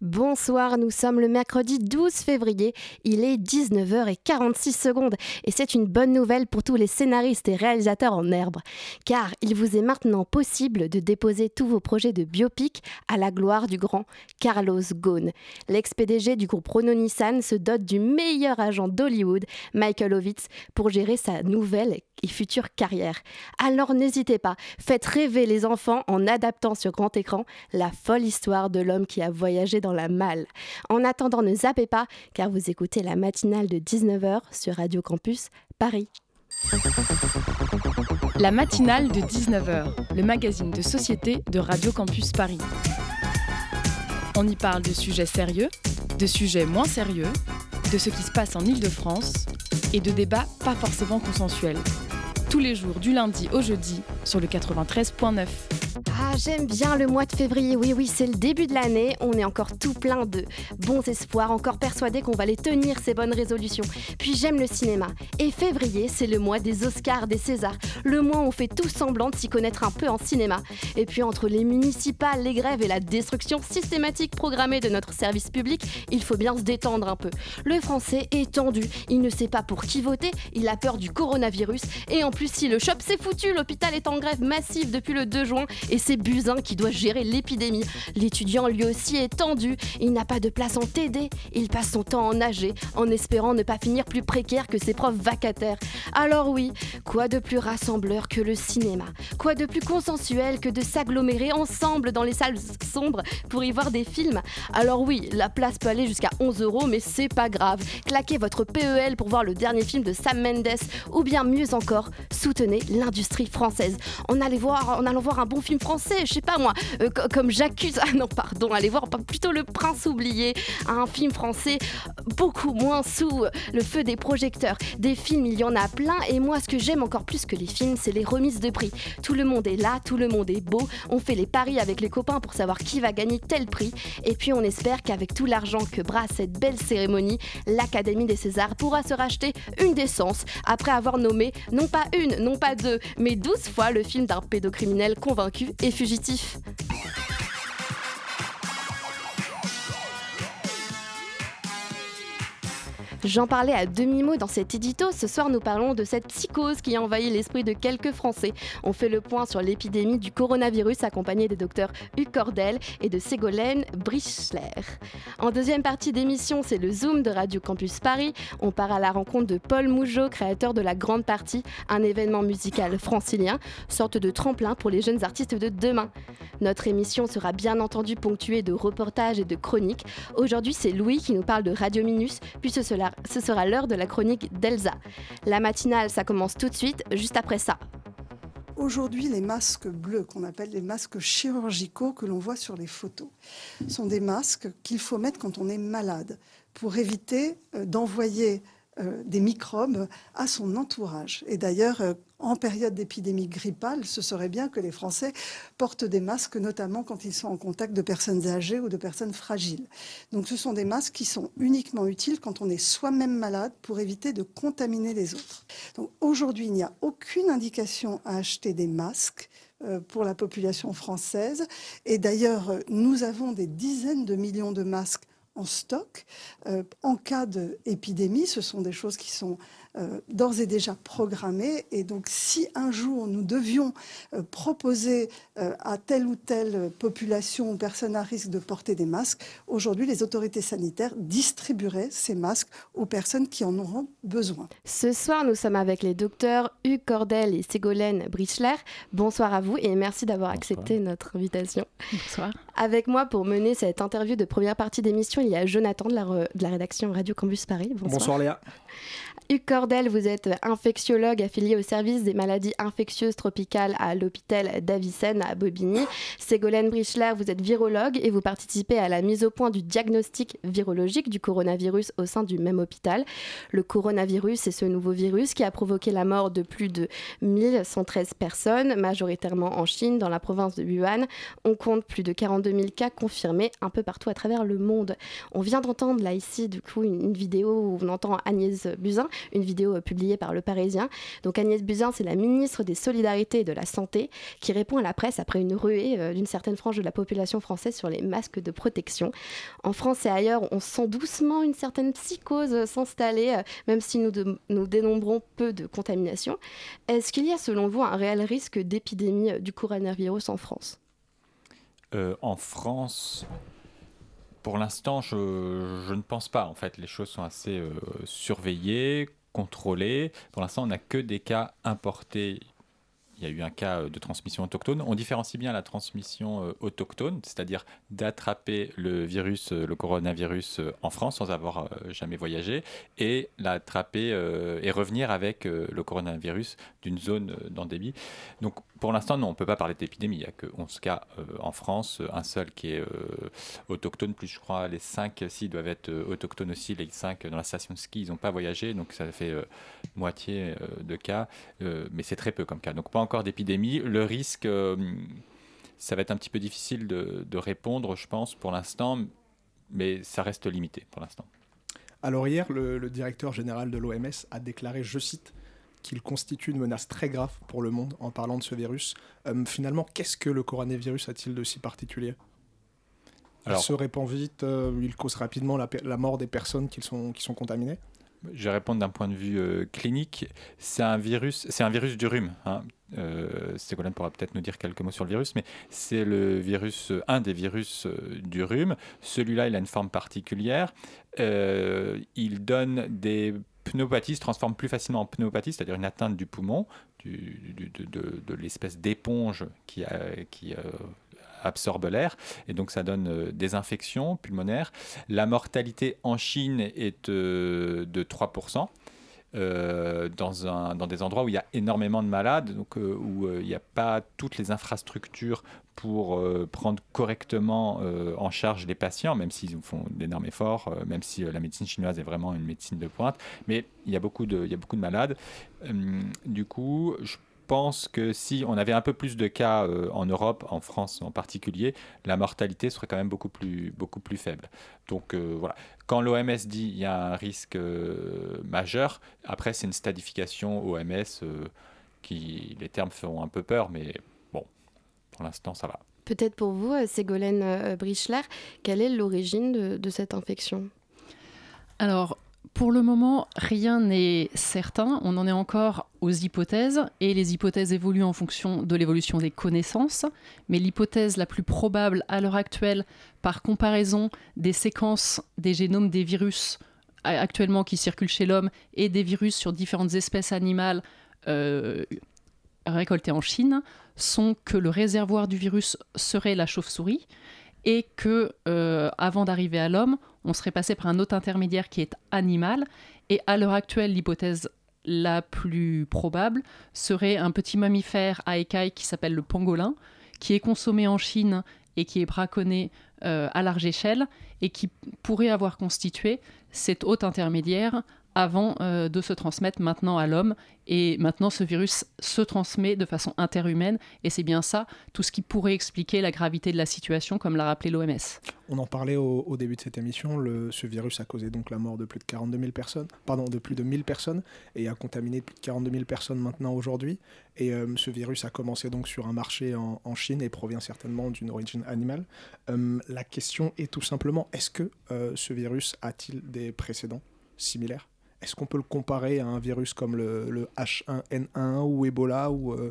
Bonsoir, nous sommes le mercredi 12 février, il est 19h46 et c'est une bonne nouvelle pour tous les scénaristes et réalisateurs en herbe, car il vous est maintenant possible de déposer tous vos projets de biopic à la gloire du grand Carlos Ghosn. L'ex-PDG du groupe Renault-Nissan se dote du meilleur agent d'Hollywood, Michael Ovitz, pour gérer sa nouvelle et future carrière. Alors n'hésitez pas, faites rêver les enfants en adaptant sur grand écran la folle histoire de l'homme qui a voyagé dans la malle. En attendant, ne zappez pas, car vous écoutez la matinale de 19h sur Radio Campus Paris. La matinale de 19h, le magazine de société de Radio Campus Paris. On y parle de sujets sérieux, de sujets moins sérieux, de ce qui se passe en Île-de-France et de débats pas forcément consensuels. Tous les jours du lundi au jeudi sur le 93.9. Ah, j'aime bien le mois de février, oui, c'est le début de l'année, on est encore tout plein de bons espoirs, encore persuadés qu'on va les tenir, ces bonnes résolutions. Puis j'aime le cinéma, et février, c'est le mois des Oscars, des Césars, le mois où on fait tout semblant de s'y connaître un peu en cinéma. Et puis entre les municipales, les grèves et la destruction systématique programmée de notre service public, il faut bien se détendre un peu. Le français est tendu, il ne sait pas pour qui voter, il a peur du coronavirus, et en plus si le shop c'est foutu, l'hôpital est en grève massive depuis le 2 juin, et c'est Buzyn qui doit gérer l'épidémie. L'étudiant lui aussi est tendu, il n'a pas de place en TD, il passe son temps en AG, en espérant ne pas finir plus précaire que ses profs vacataires. Alors oui, quoi de plus rassembleur que le cinéma? Quoi de plus consensuel que de s'agglomérer ensemble dans les salles sombres pour y voir des films? Alors oui, la place peut aller jusqu'à 11€, mais c'est pas grave. Claquez votre PEL pour voir le dernier film de Sam Mendes, ou bien mieux encore, soutenez l'industrie française. En allant voir un bon film français, je sais pas moi, comme J'accuse, allez voir plutôt Le Prince oublié, un film français beaucoup moins sous le feu des projecteurs. Des films, il y en a plein, et moi ce que j'aime encore plus que les films, c'est les remises de prix. Tout le monde est là, tout le monde est beau, on fait les paris avec les copains pour savoir qui va gagner tel prix, et puis on espère qu'avec tout l'argent que brasse cette belle cérémonie, l'Académie des Césars pourra se racheter une décence après avoir nommé non pas une, non pas deux, mais 12 fois le film d'un pédocriminel convaincu et fugitif. J'en parlais à demi-mot dans cet édito. Ce soir, nous parlons de cette psychose qui a envahi l'esprit de quelques Français. On fait le point sur l'épidémie du coronavirus accompagné des docteurs Hugues Cordel et de Ségolène Brichler. En deuxième partie d'émission, c'est le Zoom de Radio Campus Paris. On part à la rencontre de Paul Mougeot, créateur de La Grande Partie, un événement musical francilien, sorte de tremplin pour les jeunes artistes de demain. Notre émission sera bien entendu ponctuée de reportages et de chroniques. Aujourd'hui, c'est Louis qui nous parle de Radio Minus, puis ce sera l'heure de la chronique d'Elsa. La matinale, ça commence tout de suite, juste après ça. Aujourd'hui, les masques bleus, qu'on appelle les masques chirurgicaux que l'on voit sur les photos, sont des masques qu'il faut mettre quand on est malade pour éviter d'envoyer des microbes à son entourage. Et d'ailleurs, en période d'épidémie grippale, ce serait bien que les Français portent des masques, notamment quand ils sont en contact de personnes âgées ou de personnes fragiles. Donc ce sont des masques qui sont uniquement utiles quand on est soi-même malade pour éviter de contaminer les autres. Donc aujourd'hui, il n'y a aucune indication à acheter des masques pour la population française. Et d'ailleurs, nous avons des dizaines de millions de masques en stock. En cas d'épidémie, ce sont des choses qui sont d'ores et déjà programmées. Et donc, si un jour nous devions proposer à telle ou telle population ou personne à risque de porter des masques, aujourd'hui, les autorités sanitaires distribueraient ces masques aux personnes qui en auront besoin. Ce soir, nous sommes avec les docteurs Hugues Cordel et Ségolène Brichler. Bonsoir à vous et merci d'avoir accepté notre invitation. Bonsoir. Avec moi pour mener cette interview de première partie d'émission, il y a Jonathan de la rédaction Radio Campus Paris. Bonsoir Léa. Hugues Cordel, vous êtes infectiologue affilié au service des maladies infectieuses tropicales à l'hôpital d'Avicenne à Bobigny. Ségolène Brichler, vous êtes virologue et vous participez à la mise au point du diagnostic virologique du coronavirus au sein du même hôpital. Le coronavirus, c'est ce nouveau virus qui a provoqué la mort de plus de 1113 personnes, majoritairement en Chine, dans la province de Wuhan. On compte plus de 42 000 cas confirmés un peu partout à travers le monde. On vient d'entendre là ici du coup une vidéo où on entend Agnès Buzyn une vidéo publiée par Le Parisien. Donc Agnès Buzyn, c'est la ministre des Solidarités et de la Santé qui répond à la presse après une ruée d'une certaine frange de la population française sur les masques de protection. En France et ailleurs, on sent doucement une certaine psychose s'installer, même si nous dénombrons peu de contaminations. Est-ce qu'il y a selon vous un réel risque d'épidémie du coronavirus en France ? En France, pour l'instant, je ne pense pas. En fait, les choses sont assez surveillées, contrôlées. Pour l'instant, on n'a que des cas importés. Il y a eu un cas de transmission autochtone. On différencie bien la transmission autochtone, c'est-à-dire d'attraper le virus, le coronavirus en France sans avoir jamais voyagé, et l'attraper et revenir avec le coronavirus d'une zone d'endémie. Donc pour l'instant, non, on ne peut pas parler d'épidémie. Il n'y a que 11 cas en France, un seul qui est autochtone, plus je crois les 5, s'ils doivent être autochtones aussi, les 5 dans la station de ski, ils n'ont pas voyagé, donc ça fait moitié de cas, mais c'est très peu comme cas. Donc pas encore d'épidémie. Le risque, ça va être un petit peu difficile de répondre, je pense, pour l'instant, mais ça reste limité pour l'instant. Alors hier, le directeur général de l'OMS a déclaré, je cite, qu'il constitue une menace très grave pour le monde en parlant de ce virus. Finalement, qu'est-ce que le coronavirus a-t-il de si particulier ? Il se répand vite, il cause rapidement la mort des personnes qui sont contaminées. Je vais répondre d'un point de vue clinique. C'est un virus du rhume. Ségolène pourra peut-être nous dire quelques mots sur le virus, mais c'est un des virus du rhume. Celui-là, il a une forme particulière. Il donne des pneumopathies, se transforme plus facilement en pneumopathie, c'est-à-dire une atteinte du poumon, de l'espèce d'éponge qui absorbe l'air, et donc ça donne des infections pulmonaires. La mortalité en Chine est de 3%, dans des endroits où il y a énormément de malades, donc, où il n'y a pas toutes les infrastructures pour prendre correctement en charge les patients, même s'ils font d'énormes efforts, même si la médecine chinoise est vraiment une médecine de pointe, mais il y a beaucoup de malades. Du coup, je pense que si on avait un peu plus de cas en Europe, en France en particulier, la mortalité serait quand même beaucoup plus faible. Donc voilà. Quand l'OMS dit qu'il y a un risque majeur, après c'est une stadification OMS les termes feront un peu peur, mais bon, pour l'instant ça va. Peut-être pour vous, Ségolène Brichler, quelle est l'origine de cette infection ? Alors, pour le moment, rien n'est certain. On en est encore aux hypothèses, et les hypothèses évoluent en fonction de l'évolution des connaissances. Mais l'hypothèse la plus probable à l'heure actuelle, par comparaison des séquences des génomes des virus actuellement qui circulent chez l'homme et des virus sur différentes espèces animales récoltées en Chine, sont que le réservoir du virus serait la chauve-souris, et que avant d'arriver à l'homme, on serait passé par un autre intermédiaire qui est animal. Et à l'heure actuelle, l'hypothèse la plus probable serait un petit mammifère à écailles qui s'appelle le pangolin, qui est consommé en Chine et qui est braconné à large échelle, et qui pourrait avoir constitué cet hôte intermédiaire avant de se transmettre maintenant à l'homme. Et maintenant, ce virus se transmet de façon interhumaine, et c'est bien ça, tout ce qui pourrait expliquer la gravité de la situation, comme l'a rappelé l'OMS. On en parlait au début de cette émission, ce virus a causé donc la mort de plus de 1000 personnes, et a contaminé plus de 42 000 personnes maintenant aujourd'hui. Et ce virus a commencé donc sur un marché en Chine et provient certainement d'une origine animale. La question est tout simplement, est-ce que ce virus a-t-il des précédents similaires ? Est-ce qu'on peut le comparer à un virus comme le H1N1 ou Ebola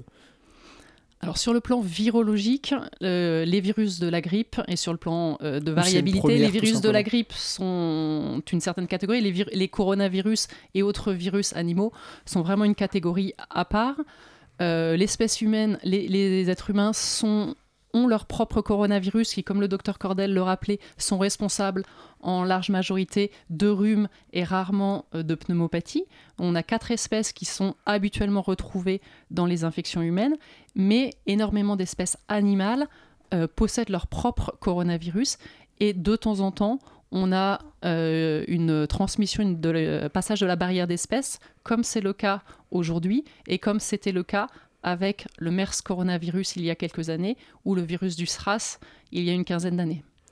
Alors sur le plan virologique, les virus de la grippe, et sur le plan de variabilité, les virus de la grippe sont une certaine catégorie. Les coronavirus et autres virus animaux sont vraiment une catégorie à part. L'espèce humaine, les êtres humains ont leur propre coronavirus qui, comme le docteur Cordel le rappelait, sont responsables en large majorité de rhume et rarement de pneumopathie. On a 4 espèces qui sont habituellement retrouvées dans les infections humaines, mais énormément d'espèces animales possèdent leur propre coronavirus, et de temps en temps, on a une transmission, passage de la barrière d'espèces, comme c'est le cas aujourd'hui, et comme c'était le cas avec le MERS coronavirus il y a quelques années, ou le virus du SRAS il y a une quinzaine d'années.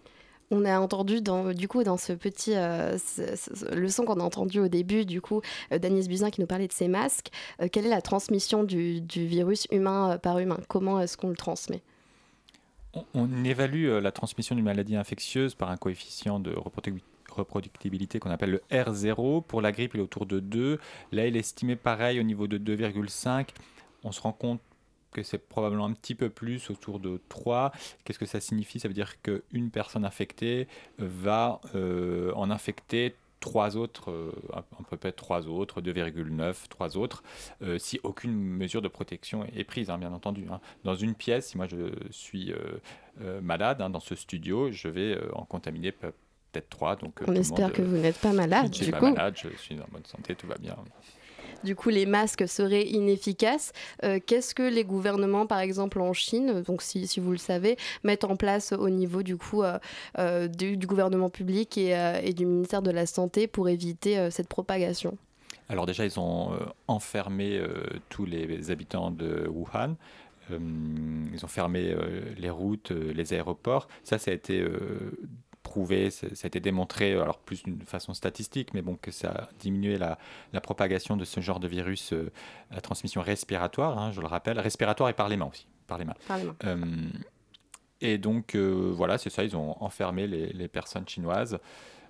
On a entendu dans ce petit le son qu'on a entendu au début, d'Agnès Buzyn qui nous parlait de ces masques. Quelle est la transmission du virus humain par humain? Comment est-ce qu'on le transmet? On évalue la transmission d'une maladie infectieuse par un coefficient de reproductibilité qu'on appelle le R0. Pour la grippe, il est autour de 2. Là, il est estimé pareil au niveau de 2,5. On se rend compte que c'est probablement un petit peu plus, autour de 3. Qu'est-ce que ça signifie? Ça veut dire qu'une personne infectée va en infecter 3 autres, à peu près 3 autres, 2,9, 3 autres, si aucune mesure de protection est prise, bien entendu. Dans une pièce, si moi je suis malade, dans ce studio, je vais en contaminer peut-être 3. Donc, on espère que vous n'êtes pas malade. Je ne suis pas malade, je suis en bonne santé, tout va bien. Du coup, les masques seraient inefficaces. Qu'est-ce que les gouvernements, par exemple en Chine, donc si vous le savez, mettent en place au niveau du gouvernement public et du ministère de la Santé pour éviter cette propagation? Alors déjà, ils ont enfermé tous les habitants de Wuhan. Ils ont fermé les routes, les aéroports. Ça a été prouvé, ça a été démontré, alors plus d'une façon statistique, mais bon, que ça a diminué la propagation de ce genre de virus à transmission respiratoire, je le rappelle, respiratoire et par les mains aussi. Par les mains. Et donc, voilà, c'est ça, ils ont enfermé les personnes chinoises.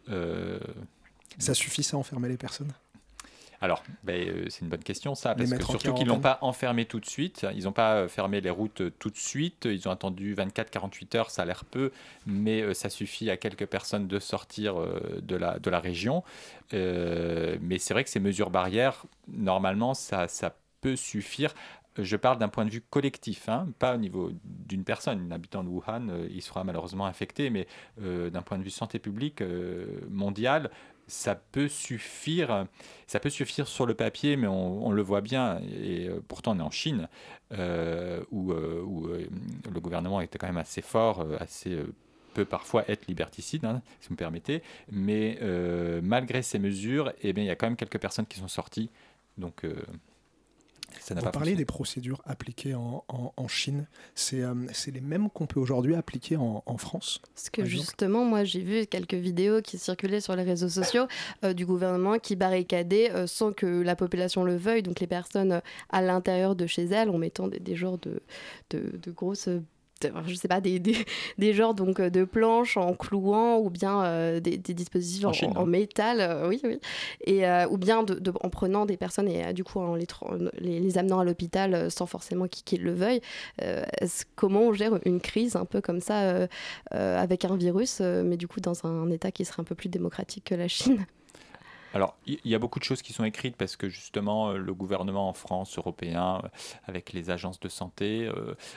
Ça suffit, ça, enfermer les personnes? Alors, c'est une bonne question, ça, parce que surtout qu'ils ne l'ont pas enfermé tout de suite. Ils n'ont pas fermé les routes tout de suite. Ils ont attendu 24-48 heures, ça a l'air peu, mais ça suffit à quelques personnes de sortir de la région. Mais c'est vrai que ces mesures barrières, normalement, ça peut suffire. Je parle d'un point de vue collectif, pas au niveau d'une personne. Un habitant de Wuhan, il sera malheureusement infecté, mais d'un point de vue santé publique mondiale, ça peut suffire sur le papier, mais on le voit bien, et pourtant on est en Chine, où le gouvernement était quand même assez fort, peut parfois être liberticide, si vous me permettez, mais malgré ces mesures, il y a quand même quelques personnes qui sont sorties, donc ça n'a pas fonctionné. Vous parlez des procédures appliquées en Chine, c'est les mêmes qu'on peut aujourd'hui appliquer en France? Parce que justement, moi j'ai vu quelques vidéos qui circulaient sur les réseaux sociaux du gouvernement qui barricadait sans que la population le veuille, donc les personnes à l'intérieur de chez elles, en mettant des genres de grosses... je sais pas, des genres donc, de planches en clouant ou bien des dispositifs en métal, oui, et, ou bien en prenant des personnes et du coup en les amenant à l'hôpital sans forcément qu'ils le veuillent. Comment on gère une crise un peu comme ça avec un virus, mais du coup dans un État qui serait un peu plus démocratique que la Chine? Alors, il y a beaucoup de choses qui sont écrites parce que justement, le gouvernement en France, européen, avec les agences de santé,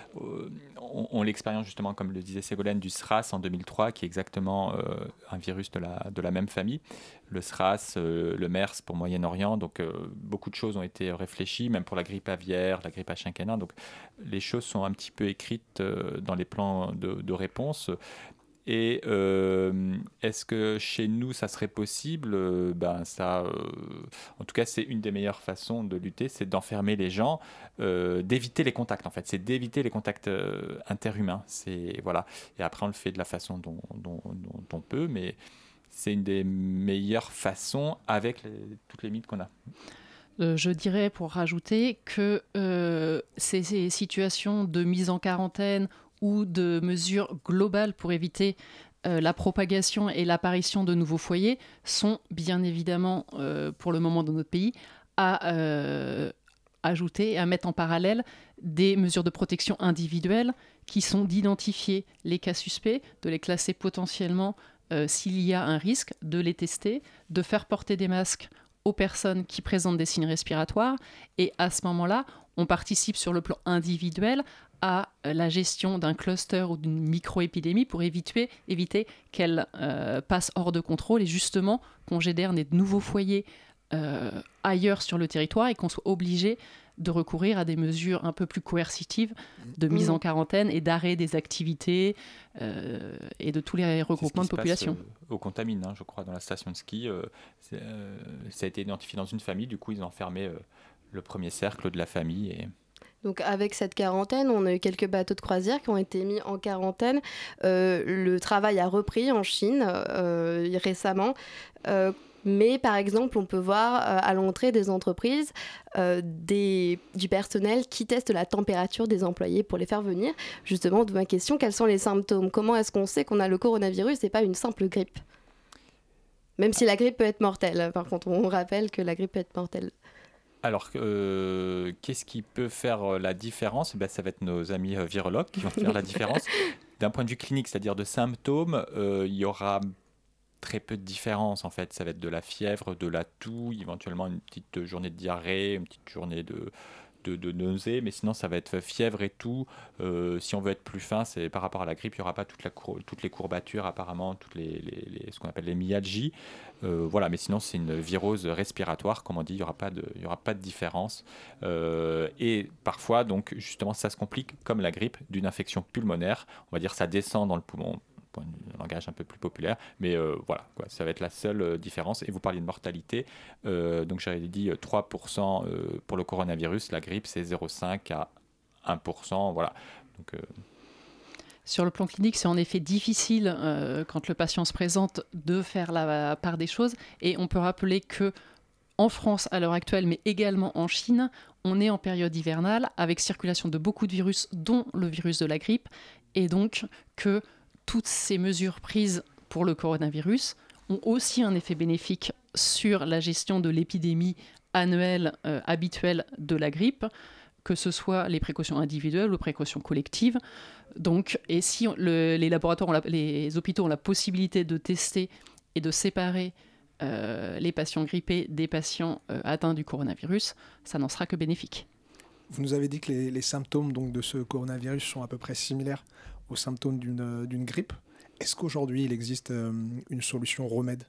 ont l'expérience justement, comme le disait Ségolène, du SRAS en 2003, qui est exactement un virus de la même famille. Le SRAS, le MERS pour Moyen-Orient, donc beaucoup de choses ont été réfléchies, même pour la grippe aviaire, la grippe H1N1. Donc, les choses sont un petit peu écrites dans les plans de réponse. Et est-ce que chez nous ça serait possible? En tout cas c'est une des meilleures façons de lutter, c'est d'enfermer les gens, d'éviter les contacts en fait, c'est d'éviter les contacts interhumains, voilà. Et après on le fait de la façon dont on peut, mais c'est une des meilleures façons avec toutes les limites qu'on a. Je dirais pour rajouter que ces situations de mise en quarantaine ou de mesures globales pour éviter la propagation et l'apparition de nouveaux foyers sont bien évidemment, pour le moment dans notre pays, à ajouter et à mettre en parallèle des mesures de protection individuelles qui sont d'identifier les cas suspects, de les classer potentiellement s'il y a un risque, de les tester, de faire porter des masques aux personnes qui présentent des signes respiratoires, et à ce moment-là, on participe sur le plan individuel à la gestion d'un cluster ou d'une micro-épidémie pour éviter qu'elle passe hors de contrôle et justement qu'on génère des nouveaux foyers ailleurs sur le territoire et qu'on soit obligé de recourir à des mesures un peu plus coercitives de mise en quarantaine et d'arrêt des activités et de tous les regroupements de population. Au Contamine, je crois, dans la station de ski, ça a été identifié dans une famille, du coup ils ont fermé le premier cercle de la famille. Donc avec cette quarantaine, on a eu quelques bateaux de croisière qui ont été mis en quarantaine. Le travail a repris en Chine récemment. Mais par exemple, on peut voir à l'entrée des entreprises du personnel qui teste la température des employés pour les faire venir. Justement, de ma question, quels sont les symptômes ? Comment est-ce qu'on sait qu'on a le coronavirus et pas une simple grippe ? Même si la grippe peut être mortelle. Par contre, on rappelle que la grippe peut être mortelle. Alors, qu'est-ce qui peut faire la différence ? Ça va être nos amis virologues qui vont faire la différence. D'un point de vue clinique, c'est-à-dire de symptômes, il y aura très peu de différence en fait. Ça va être de la fièvre, de la toux, éventuellement une petite journée de diarrhée, une petite journée de nausées, mais sinon ça va être fièvre et tout. Si on veut être plus fin, c'est par rapport à la grippe, il n'y aura pas toutes les courbatures apparemment, ce qu'on appelle les myalgies. Voilà, mais sinon c'est une virose respiratoire, comme on dit, il n'y aura pas de différence. Et parfois, donc justement, ça se complique comme la grippe d'une infection pulmonaire. On va dire ça descend dans le poumon. Un langage un peu plus populaire, mais voilà, quoi, ça va être la seule différence. Et vous parliez de mortalité, donc j'avais dit 3% pour le coronavirus, la grippe c'est 0,5 à 1%, voilà. Donc, Sur le plan clinique, c'est en effet difficile quand le patient se présente de faire la part des choses, et on peut rappeler que en France à l'heure actuelle, mais également en Chine, on est en période hivernale avec circulation de beaucoup de virus, dont le virus de la grippe, et donc que toutes ces mesures prises pour le coronavirus ont aussi un effet bénéfique sur la gestion de l'épidémie annuelle habituelle de la grippe, que ce soit les précautions individuelles ou les précautions collectives. Donc, et si les laboratoires, les hôpitaux ont la possibilité de tester et de séparer les patients grippés des patients atteints du coronavirus, ça n'en sera que bénéfique. Vous nous avez dit que les symptômes donc, de ce coronavirus sont à peu près similaires aux symptômes d'une grippe. Est-ce qu'aujourd'hui, il existe une solution remède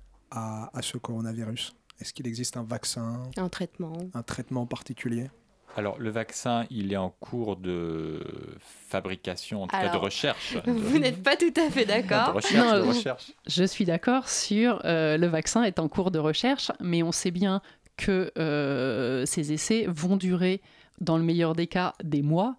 à ce coronavirus ? Est-ce qu'il existe un vaccin ? Un traitement ? Un traitement particulier ? Alors, le vaccin, il est en cours de fabrication, en tout cas de recherche. Vous n'êtes pas tout à fait d'accord. de recherche. Je suis d'accord sur le vaccin est en cours de recherche, mais on sait bien que ces essais vont durer, dans le meilleur des cas, des mois.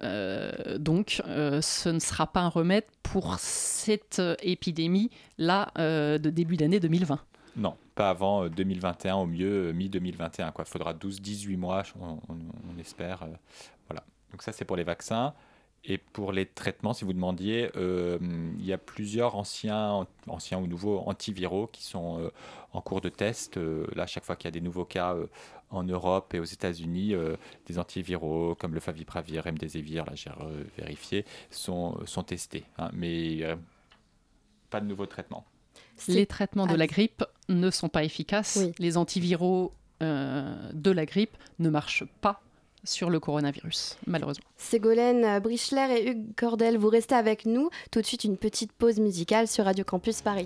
Donc, ce ne sera pas un remède pour cette épidémie-là de début d'année 2020. Non, pas avant 2021, au mieux mi-2021. Il faudra 12-18 mois, on espère. Voilà. Donc ça, c'est pour les vaccins. Et pour les traitements, si vous demandiez, il y a plusieurs anciens ou nouveaux antiviraux qui sont en cours de test. Là, chaque fois qu'il y a des nouveaux cas en Europe et aux États-Unis, des antiviraux comme le Favipiravir, Remdesivir, là j'ai vérifié, sont testés. Hein, mais pas de nouveaux traitements. Les traitements de la grippe ne sont pas efficaces. Oui. Les antiviraux de la grippe ne marchent pas sur le coronavirus, malheureusement. Ségolène Brichler et Hugues Cordel, vous restez avec nous. Tout de suite, une petite pause musicale sur Radio Campus Paris.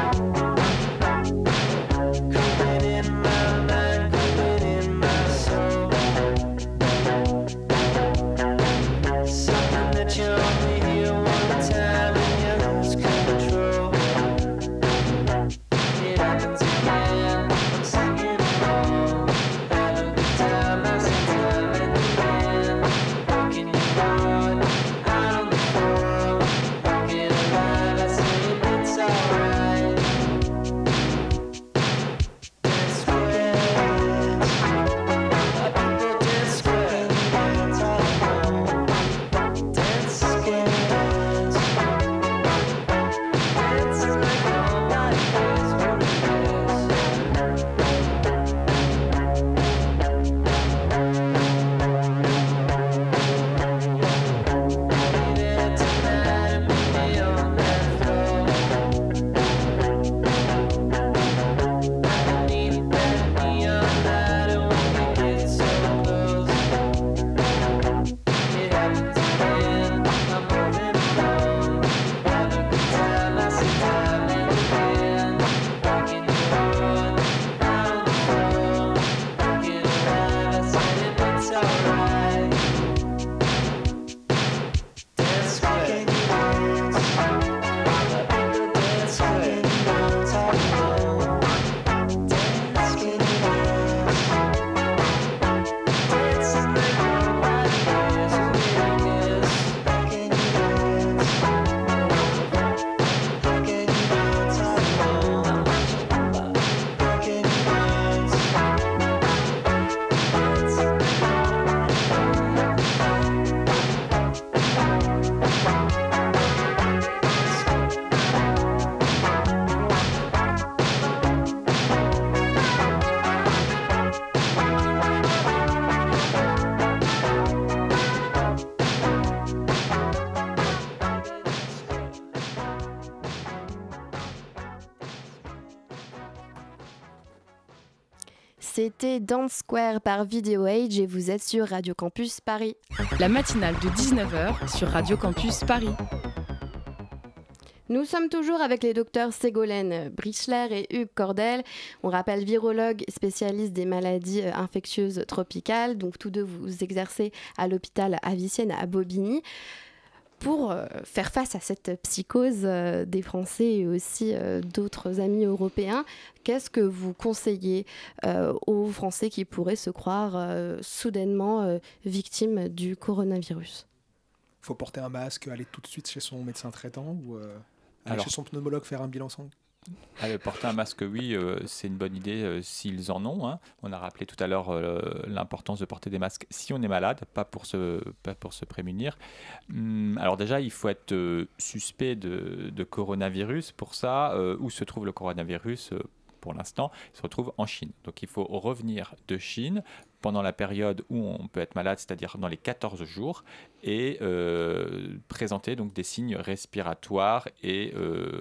Coming in my mind, coming in my soul. C'était Dance Square par Video Age et vous êtes sur Radio Campus Paris. La matinale de 19h sur Radio Campus Paris. Nous sommes toujours avec les docteurs Ségolène Brichler et Hugues Cordel. On rappelle virologue spécialiste des maladies infectieuses tropicales. Donc tous deux vous exercez à l'hôpital Avicenne à Bobigny. Pour faire face à cette psychose des Français et aussi d'autres amis européens, qu'est-ce que vous conseillez aux Français qui pourraient se croire soudainement victimes du coronavirus ? Il faut porter un masque, aller tout de suite chez son médecin traitant ou aller chez son pneumologue faire un bilan sanguin. Porter un masque, oui, c'est une bonne idée s'ils en ont. Hein. On a rappelé tout à l'heure l'importance de porter des masques si on est malade, pas pour se prémunir. Alors déjà, il faut être suspect de coronavirus. Pour ça, où se trouve le coronavirus pour l'instant, il se retrouve en Chine. Donc il faut revenir de Chine pendant la période où on peut être malade, c'est-à-dire dans les 14 jours, et présenter donc des signes respiratoires et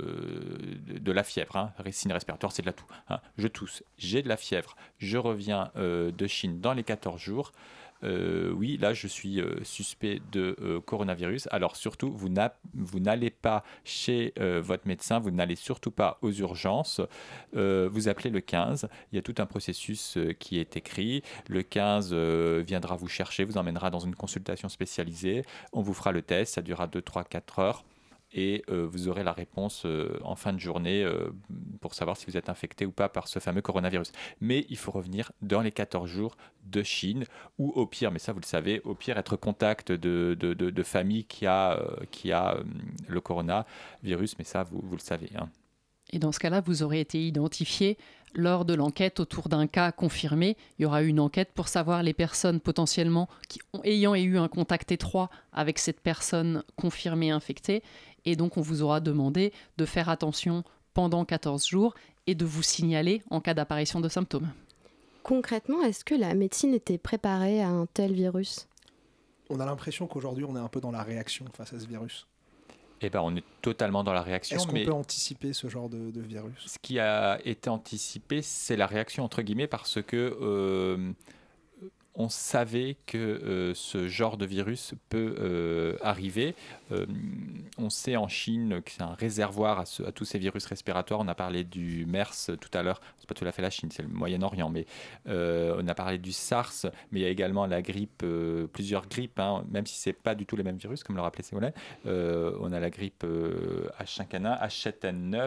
de la fièvre. Hein. Les signes respiratoires, c'est de la toux. Hein. Je tousse, j'ai de la fièvre, je reviens de Chine dans les 14 jours. Oui, là, je suis suspect de coronavirus. Alors surtout, vous n'allez pas chez votre médecin, vous n'allez surtout pas aux urgences. Vous appelez le 15. Il y a tout un processus qui est écrit. Le 15 viendra vous chercher, vous emmènera dans une consultation spécialisée. On vous fera le test, ça durera 2, 3, 4 heures. Et vous aurez la réponse en fin de journée pour savoir si vous êtes infecté ou pas par ce fameux coronavirus. Mais il faut revenir dans les 14 jours de Chine, ou au pire, mais ça vous le savez, au pire être contact de famille qui a le coronavirus, mais ça vous le savez. Hein. Et dans ce cas-là, vous aurez été identifié lors de l'enquête autour d'un cas confirmé. Il y aura une enquête pour savoir les personnes potentiellement ayant eu un contact étroit avec cette personne confirmée infectée. Et donc, on vous aura demandé de faire attention pendant 14 jours et de vous signaler en cas d'apparition de symptômes. Concrètement, est-ce que la médecine était préparée à un tel virus ? On a l'impression qu'aujourd'hui, on est un peu dans la réaction face à ce virus. Eh ben, on est totalement dans la réaction. Est-ce qu'on peut anticiper ce genre de virus ? Ce qui a été anticipé, c'est la réaction, entre guillemets, parce que on savait que ce genre de virus peut arriver. On sait en Chine que c'est un réservoir à tous ces virus respiratoires. On a parlé du MERS tout à l'heure. C'est pas tout à fait la Chine, c'est le Moyen-Orient. Mais on a parlé du SARS, mais il y a également la grippe, plusieurs grippes, hein, même si c'est pas du tout les mêmes virus, comme le rappelait Ségolène. On a la grippe H5N1, H7N9,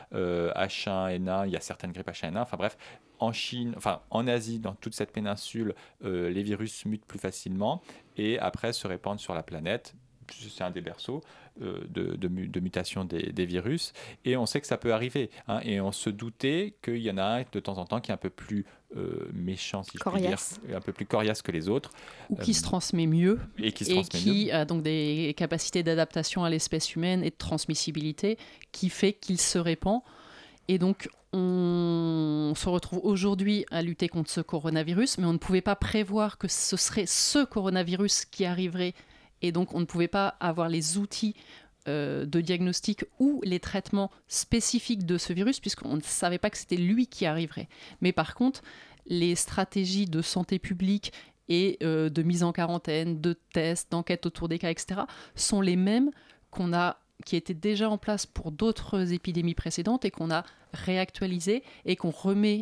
H1N1. Il y a certaines grippes H1N1. Enfin bref. En Chine, enfin en Asie, dans toute cette péninsule, les virus mutent plus facilement et après se répandent sur la planète. C'est un des berceaux de mutation des virus. Et on sait que ça peut arriver. Hein, et on se doutait qu'il y en a un de temps en temps qui est un peu plus méchant, si je puis dire, un peu plus coriace que les autres. Ou qui se transmet mieux. Et qui a donc des capacités d'adaptation à l'espèce humaine et de transmissibilité qui fait qu'il se répand. Et donc, on se retrouve aujourd'hui à lutter contre ce coronavirus, mais on ne pouvait pas prévoir que ce serait ce coronavirus qui arriverait. Et donc, on ne pouvait pas avoir les outils de diagnostic ou les traitements spécifiques de ce virus, puisqu'on ne savait pas que c'était lui qui arriverait. Mais par contre, les stratégies de santé publique et de mise en quarantaine, de tests, d'enquête autour des cas, etc., sont les mêmes qu'on a qui était déjà en place pour d'autres épidémies précédentes et qu'on a réactualisé et qu'on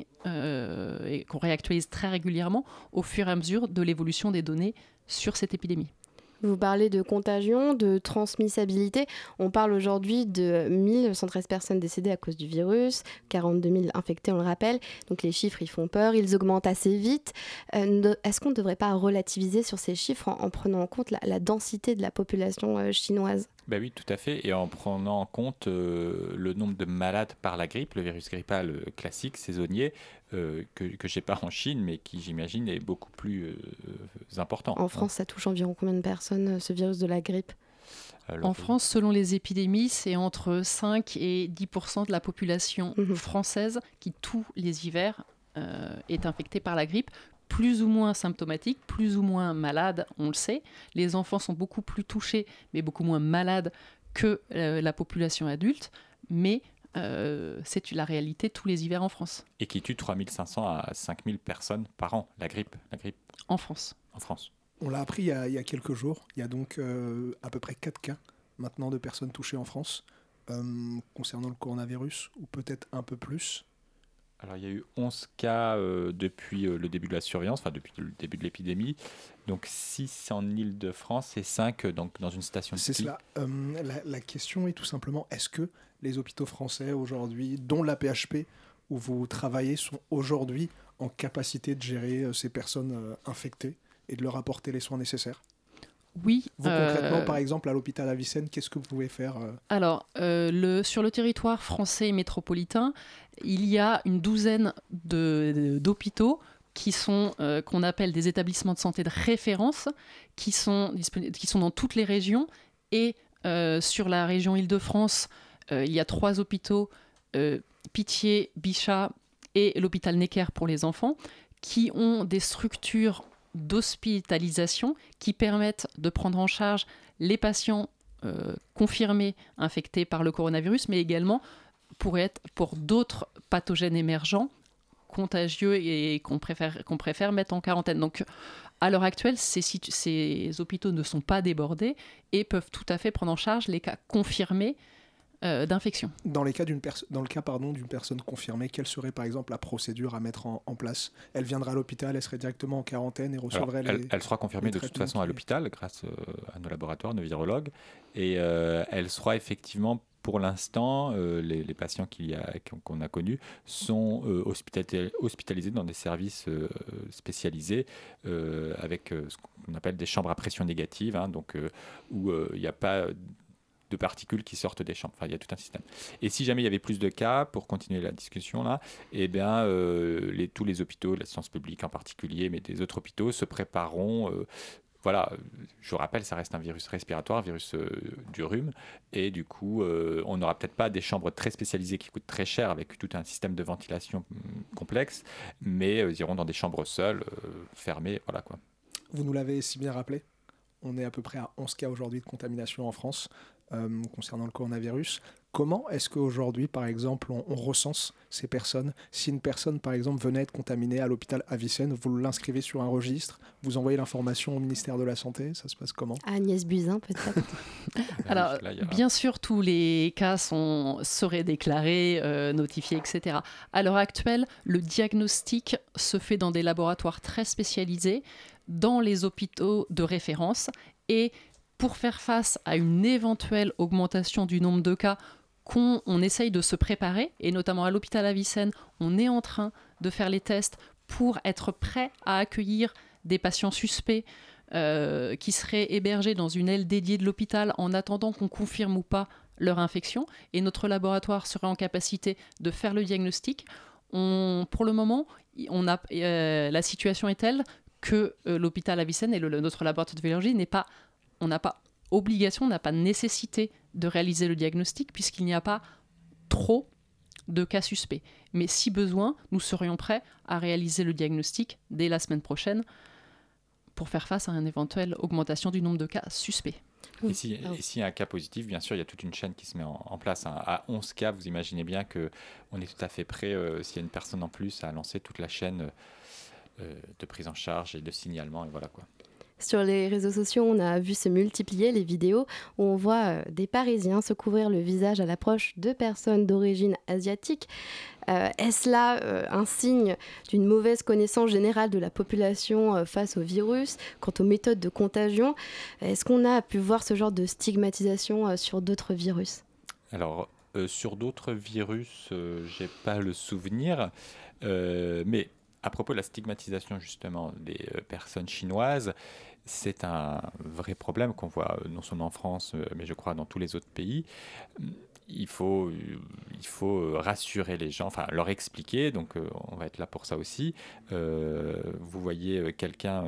réactualise très régulièrement au fur et à mesure de l'évolution des données sur cette épidémie. Vous parlez de contagion, de transmissibilité. On parle aujourd'hui de 1113 personnes décédées à cause du virus, 42 000 infectés, on le rappelle. Donc les chiffres, ils font peur, ils augmentent assez vite. Est-ce qu'on ne devrait pas relativiser sur ces chiffres en prenant en compte la densité de la population chinoise ? Ben oui, tout à fait. Et en prenant en compte le nombre de malades par la grippe, le virus grippal classique, saisonnier, que j'ai pas en Chine, mais qui, j'imagine, est beaucoup plus important. En France, ça touche environ combien de personnes, ce virus de la grippe ? En France, selon les épidémies, c'est entre 5 et 10% de la population française qui, tous les hivers, est infectée par la grippe, plus ou moins symptomatique, plus ou moins malade, on le sait. Les enfants sont beaucoup plus touchés, mais beaucoup moins malades que la population adulte, mais c'est la réalité tous les hivers en France. Et qui tue 3500 à 5000 personnes par an, la grippe. En France. On l'a appris il y a quelques jours. Il y a donc à peu près 4 cas maintenant de personnes touchées en France concernant le coronavirus, ou peut-être un peu plus. Alors, il y a eu 11 cas depuis le début de la surveillance, enfin depuis le début de l'épidémie. Donc 6 en Île-de-France et 5 donc, dans une station de ski. C'est cela. La question est tout simplement, est-ce que les hôpitaux français aujourd'hui, dont la PHP où vous travaillez, sont aujourd'hui en capacité de gérer ces personnes infectées et de leur apporter les soins nécessaires ? Oui. Vous, concrètement, par exemple, à l'hôpital Avicenne, qu'est-ce que vous pouvez faire Alors, sur le territoire français et métropolitain, il y a une douzaine d'hôpitaux qui sont, qu'on appelle des établissements de santé de référence, qui sont dans toutes les régions. Et sur la région Île-de-France, il y a 3 hôpitaux, Pitié, Bichat et l'hôpital Necker pour les enfants, qui ont des structures d'hospitalisation qui permettent de prendre en charge les patients confirmés infectés par le coronavirus, mais également pour d'autres pathogènes émergents, contagieux et qu'on préfère mettre en quarantaine. Donc, à l'heure actuelle, ces hôpitaux ne sont pas débordés et peuvent tout à fait prendre en charge les cas confirmés d'infection. Dans le cas d'une personne confirmée, quelle serait par exemple la procédure à mettre en place ? Elle viendra à l'hôpital, elle serait directement en quarantaine et recevrait elle sera confirmée de toute façon à l'hôpital grâce à nos laboratoires, nos virologues, et elle sera effectivement, pour l'instant, les patients qu'on a connus sont hospitalisés dans des services spécialisés avec ce qu'on appelle des chambres à pression négative, donc où il n'y a pas de particules qui sortent des chambres. Enfin, il y a tout un système. Et si jamais il y avait plus de cas, pour continuer la discussion là, eh bien, tous les hôpitaux, la science publique en particulier, mais des autres hôpitaux, se prépareront. Voilà, je vous rappelle, ça reste un virus respiratoire, un virus du rhume, et du coup, on n'aura peut-être pas des chambres très spécialisées qui coûtent très cher avec tout un système de ventilation complexe, mais ils iront dans des chambres seules, fermées, voilà quoi. Vous nous l'avez si bien rappelé, on est à peu près à 11 cas aujourd'hui de contamination en France concernant le coronavirus. Comment est-ce qu'aujourd'hui, par exemple, on recense ces personnes ? Si une personne, par exemple, venait être contaminée à l'hôpital Avicenne, vous l'inscrivez sur un registre, vous envoyez l'information au ministère de la Santé, ça se passe comment ? Agnès Buzyn, peut-être. Alors, bien sûr, tous les cas seraient déclarés, notifiés, etc. À l'heure actuelle, le diagnostic se fait dans des laboratoires très spécialisés, dans les hôpitaux de référence, et pour faire face à une éventuelle augmentation du nombre de cas, on essaye de se préparer, et notamment à l'hôpital Avicenne, on est en train de faire les tests pour être prêt à accueillir des patients suspects qui seraient hébergés dans une aile dédiée de l'hôpital en attendant qu'on confirme ou pas leur infection, et notre laboratoire serait en capacité de faire le diagnostic. Pour le moment, la situation est telle que l'hôpital Avicenne et notre laboratoire de virologie on n'a pas obligation, on n'a pas nécessité de réaliser le diagnostic puisqu'il n'y a pas trop de cas suspects. Mais si besoin, nous serions prêts à réaliser le diagnostic dès la semaine prochaine pour faire face à une éventuelle augmentation du nombre de cas suspects. Et s'il y a un cas positif, bien sûr, il y a toute une chaîne qui se met en place. À 11 cas, vous imaginez bien qu'on est tout à fait prêt, s'il y a une personne en plus, à lancer toute la chaîne de prise en charge et de signalement, et voilà quoi. Sur les réseaux sociaux, on a vu se multiplier les vidéos où on voit des Parisiens se couvrir le visage à l'approche de personnes d'origine asiatique. Est-ce là un signe d'une mauvaise connaissance générale de la population face au virus, quant aux méthodes de contagion? Est-ce qu'on a pu voir ce genre de stigmatisation sur d'autres virus? Alors, sur d'autres virus, j'ai pas le souvenir, mais à propos de la stigmatisation justement des personnes chinoises, c'est un vrai problème qu'on voit non seulement en France, mais je crois dans tous les autres pays. Il faut rassurer les gens, enfin leur expliquer, donc on va être là pour ça aussi. Vous voyez quelqu'un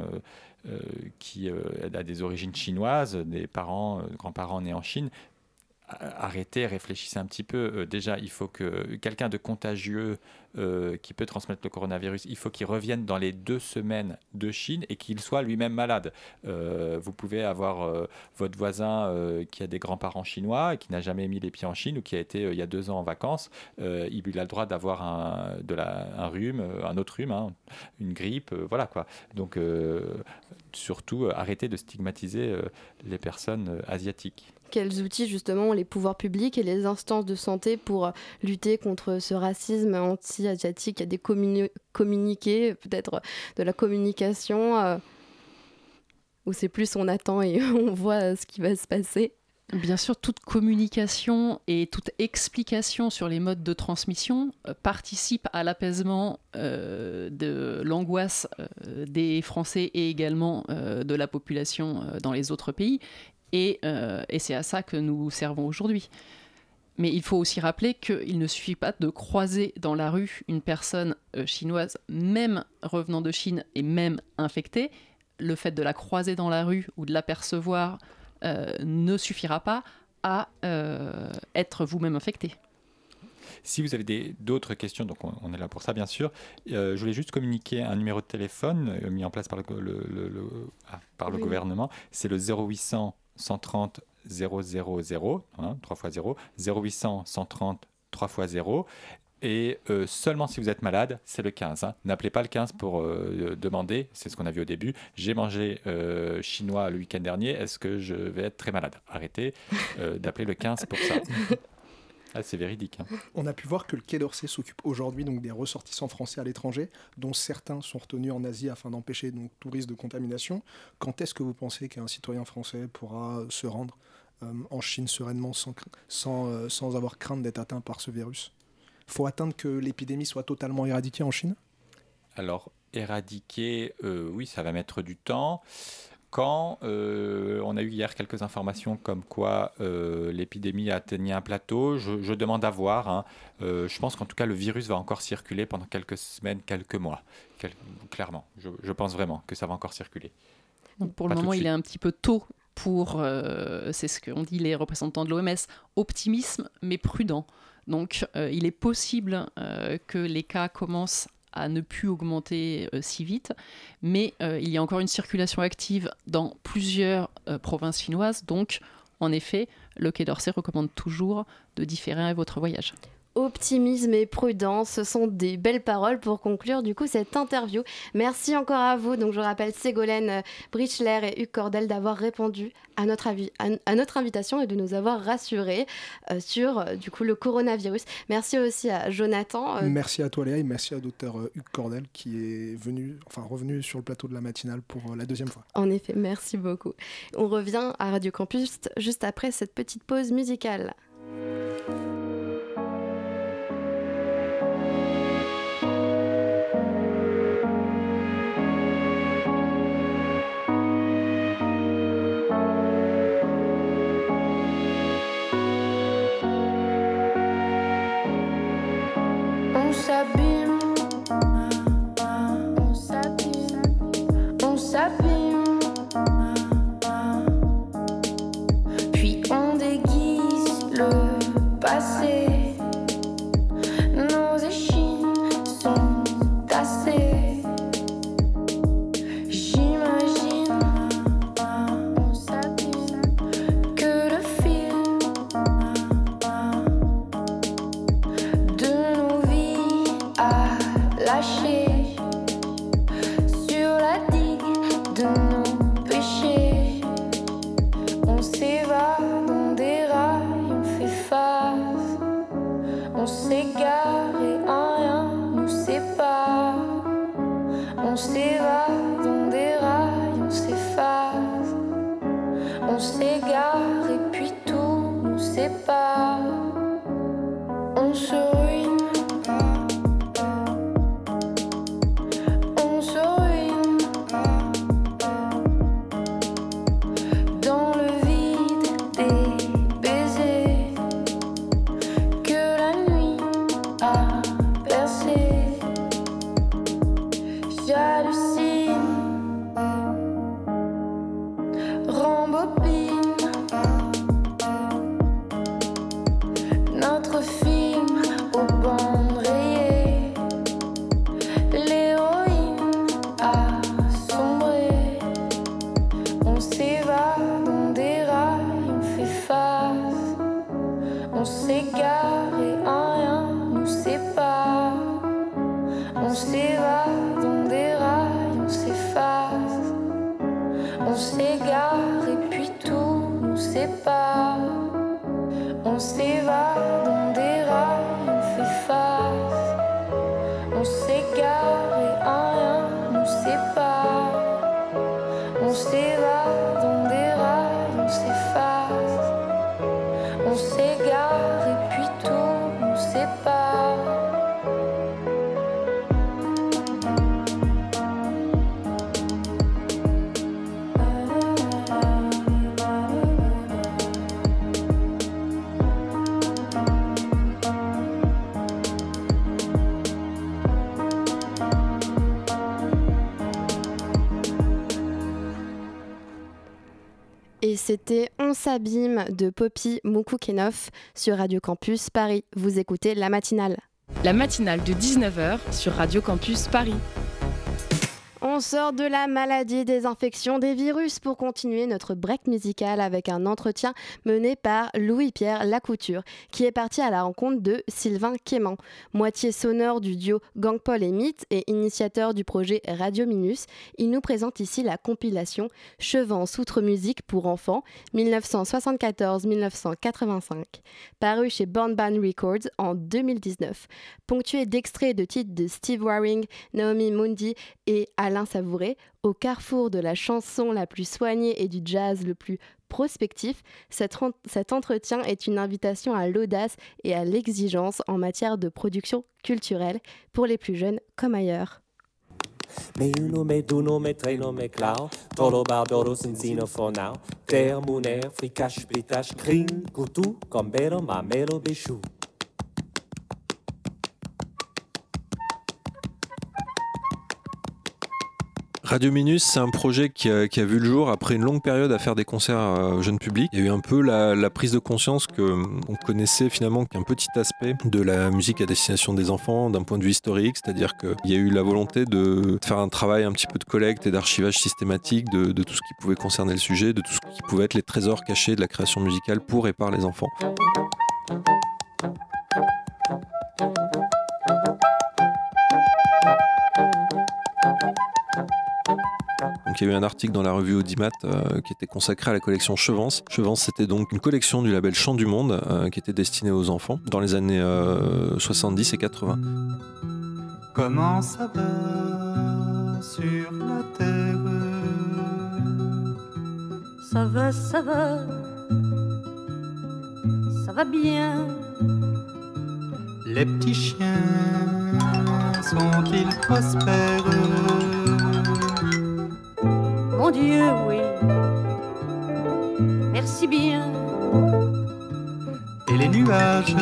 qui a des origines chinoises, des parents, grands-parents nés en Chine, arrêtez, réfléchissez un petit peu. Déjà, il faut que quelqu'un de contagieux qui peut transmettre le coronavirus, il faut qu'il revienne dans les 2 semaines de Chine et qu'il soit lui-même malade. Vous pouvez avoir votre voisin qui a des grands-parents chinois et qui n'a jamais mis les pieds en Chine ou qui a été il y a 2 ans en vacances. Il a le droit d'avoir un rhume, un autre rhume, hein, une grippe, voilà quoi. Donc, surtout, arrêtez de stigmatiser les personnes asiatiques. Quels outils justement ont les pouvoirs publics et les instances de santé pour lutter contre ce racisme anti-asiatique? Il y a des communiqués, peut-être de la communication, où c'est plus on attend et on voit ce qui va se passer? Bien sûr, toute communication et toute explication sur les modes de transmission participe à l'apaisement de l'angoisse des Français et également de la population dans les autres pays. Et c'est à ça que nous servons aujourd'hui. Mais il faut aussi rappeler qu'il ne suffit pas de croiser dans la rue une personne chinoise, même revenant de Chine et même infectée. Le fait de la croiser dans la rue ou de l'apercevoir ne suffira pas à être vous-même infecté. Si vous avez d'autres questions, donc on est là pour ça bien sûr, je voulais juste communiquer un numéro de téléphone mis en place par le gouvernement. C'est le 0800 130 000, hein, 3 x 0, 0800 130 3 x 0. Et seulement si vous êtes malade, c'est le 15. Hein. N'appelez pas le 15 pour demander, c'est ce qu'on a vu au début. J'ai mangé chinois le week-end dernier, est-ce que je vais être très malade? Arrêtez d'appeler le 15 pour ça. Ah, c'est véridique. Hein. On a pu voir que le Quai d'Orsay s'occupe aujourd'hui donc des ressortissants français à l'étranger, dont certains sont retenus en Asie afin d'empêcher donc tout risque de contamination. Quand est-ce que vous pensez qu'un citoyen français pourra se rendre en Chine sereinement sans avoir crainte d'être atteint par ce virus? Il faut attendre que l'épidémie soit totalement éradiquée en Chine? Alors, éradiquer, oui, ça va mettre du temps. Quand on a eu hier quelques informations comme quoi l'épidémie atteignait un plateau, je demande à voir. Hein. Je pense qu'en tout cas, le virus va encore circuler pendant quelques semaines, quelques mois. Clairement, je pense vraiment que ça va encore circuler. Donc pour le moment, il est un petit peu tôt pour, c'est ce qu'ont dit les représentants de l'OMS, optimisme mais prudent. Donc il est possible que les cas commencent à ne plus augmenter si vite, mais il y a encore une circulation active dans plusieurs provinces chinoises, donc en effet, le Quai d'Orsay recommande toujours de différer votre voyage. Optimisme et prudence, ce sont des belles paroles pour conclure du coup cette interview. Merci encore à vous. Donc je rappelle Ségolène Brichler et Hugues Cordel d'avoir répondu à notre invitation et de nous avoir rassurés sur du coup le coronavirus. Merci aussi à Jonathan. Merci à toi Léa et merci à Dr Hugues Cordel qui est revenu sur le plateau de la matinale pour la 2e fois. En effet, merci beaucoup. On revient à Radio Campus juste après cette petite pause musicale. Puis on déguise le pas, on se ruine. On se ruine dans le vide des baisers que la nuit a percé. J'hallucine, rembobine notre film aux bandes rayées. L'héroïne a sombré. On s'évade, on déraille, on fait face. On s'égare et un rien nous sépare. On s'évade, on déraille, on s'efface. On s'égare et puis tout nous sépare. On s'évade, on déraille, on fait face. On s'égare et un rien nous sépare. On s'évade, on déraille, on s'efface. On s'égare et puis tout nous sépare. Et c'était On s'abîme de Poppy Moukoukenov sur Radio Campus Paris. Vous écoutez La Matinale. La matinale de 19h sur Radio Campus Paris. On sort de la maladie, des infections, des virus pour continuer notre break musical avec un entretien mené par Louis-Pierre Lacouture qui est parti à la rencontre de Sylvain Quément, moitié sonore du duo Gang Paul et Mythe et initiateur du projet Radio Minus. Il nous présente ici la compilation Chevance outre musique pour enfants 1974-1985, parue chez Born Band Records en 2019, ponctuée d'extraits de titres de Steve Waring, Naomi Mundi et Alain Savouré, au carrefour de la chanson la plus soignée et du jazz le plus prospectif. Cet entretien est une invitation à l'audace et à l'exigence en matière de production culturelle pour les plus jeunes comme ailleurs. Me uno, me duno, me treno, me clau, tolo barbero sinzino for now, ter muner, frikash, britash, kring, kutu, combero, mamelo, béchou. Radio Minus, c'est un projet qui a vu le jour après une longue période à faire des concerts jeune public. Il y a eu un peu la prise de conscience qu'on connaissait finalement qu'un petit aspect de la musique à destination des enfants d'un point de vue historique, c'est-à-dire qu'il y a eu la volonté de faire un travail un petit peu de collecte et d'archivage systématique de tout ce qui pouvait concerner le sujet, de tout ce qui pouvait être les trésors cachés de la création musicale pour et par les enfants. Donc il y a eu un article dans la revue Audimat qui était consacré à la collection Chevance. Chevance, c'était donc une collection du label Chant du Monde qui était destinée aux enfants dans les années 70 et 80. Comment ça va sur la terre? Ça va, ça va bien. Les petits chiens sont-ils prospères? Mon Dieu, oui. Merci bien. Et les nuages?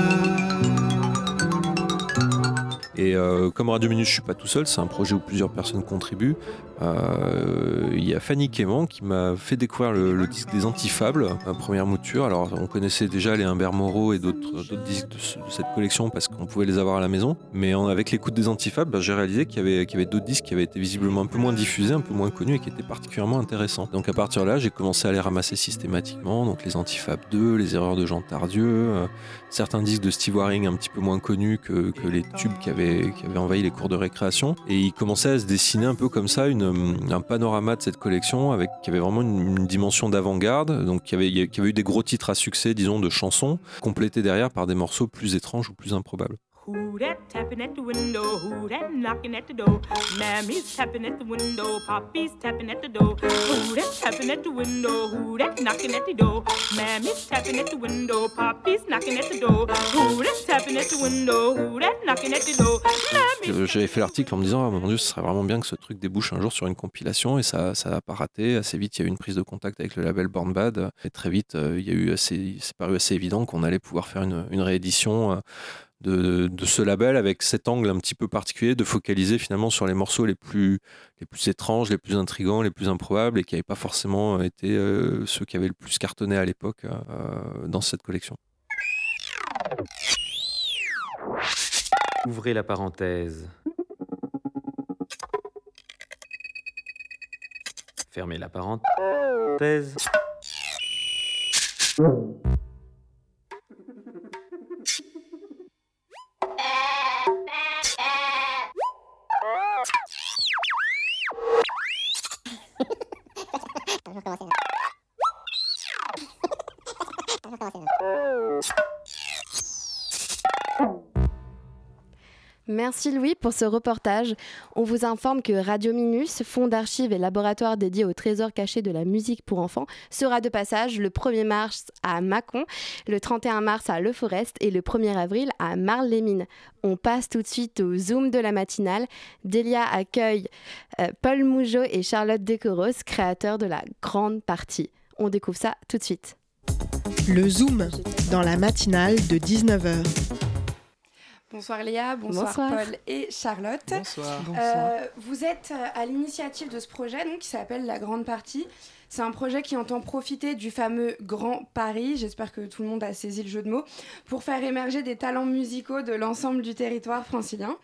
Et comme Radio Minus, je suis pas tout seul, c'est un projet où plusieurs personnes contribuent. Il y a Fanny Quément qui m'a fait découvrir le disque des Antifables, première mouture. Alors on connaissait déjà les Humbert Moreau et d'autres disques de cette collection parce qu'on pouvait les avoir à la maison. Mais avec l'écoute des Antifables, j'ai réalisé qu'il y avait d'autres disques qui avaient été visiblement un peu moins diffusés, un peu moins connus et qui étaient particulièrement intéressants. Donc à partir de là, j'ai commencé à les ramasser systématiquement. Donc les Antifables 2, les Erreurs de Jean Tardieu, certains disques de Steve Waring un petit peu moins connus que les tubes qui avaient envahi les cours de récréation. Et il commençait à se dessiner un peu comme ça un panorama de cette collection qui avait vraiment une dimension d'avant-garde, donc qui avait eu des gros titres à succès, disons, de chansons, complétés derrière par des morceaux plus étranges ou plus improbables. Who that tapping at the window? Who that knocking at the door? Mammy's tapping at the window. Pappy's tapping at the door. Who that tapping at the window? Who that knocking at the door? Mammy's tapping at the window. Papa's knocking at the door. Who that tapping at the window? Who that knocking at the door? J'avais fait l'article en me disant, mon Dieu, ce serait vraiment bien que ce truc débouche un jour sur une compilation, et ça n'a pas raté. Assez vite, il y a eu une prise de contact avec le label Born Bad, et très vite, c'est paru assez évident qu'on allait pouvoir faire une réédition de ce label avec cet angle un petit peu particulier de focaliser finalement sur les morceaux les plus étranges, les plus intrigants, les plus improbables, et qui n'avaient pas forcément été ceux qui avaient le plus cartonné à l'époque dans cette collection. Ouvrez la parenthèse. Fermez la parenthèse. Merci Louis pour ce reportage. On vous informe que Radio Minus, fonds d'archives et laboratoire dédié au trésor caché de la musique pour enfants, sera de passage le 1er mars à Mâcon, le 31 mars à Le Forest et le 1er avril à Marle-les-Mines. On passe tout de suite au Zoom de la matinale. Delia accueille Paul Mougeot et Charlotte Decoros, créateurs de la grande partie. On découvre ça tout de suite. Le Zoom dans la matinale de 19h. Bonsoir Léa, bonsoir Paul et Charlotte. Bonsoir. Vous êtes à l'initiative de ce projet donc, qui s'appelle La Grande Partie. C'est un projet qui entend profiter du fameux Grand Paris, j'espère que tout le monde a saisi le jeu de mots, pour faire émerger des talents musicaux de l'ensemble du territoire francilien.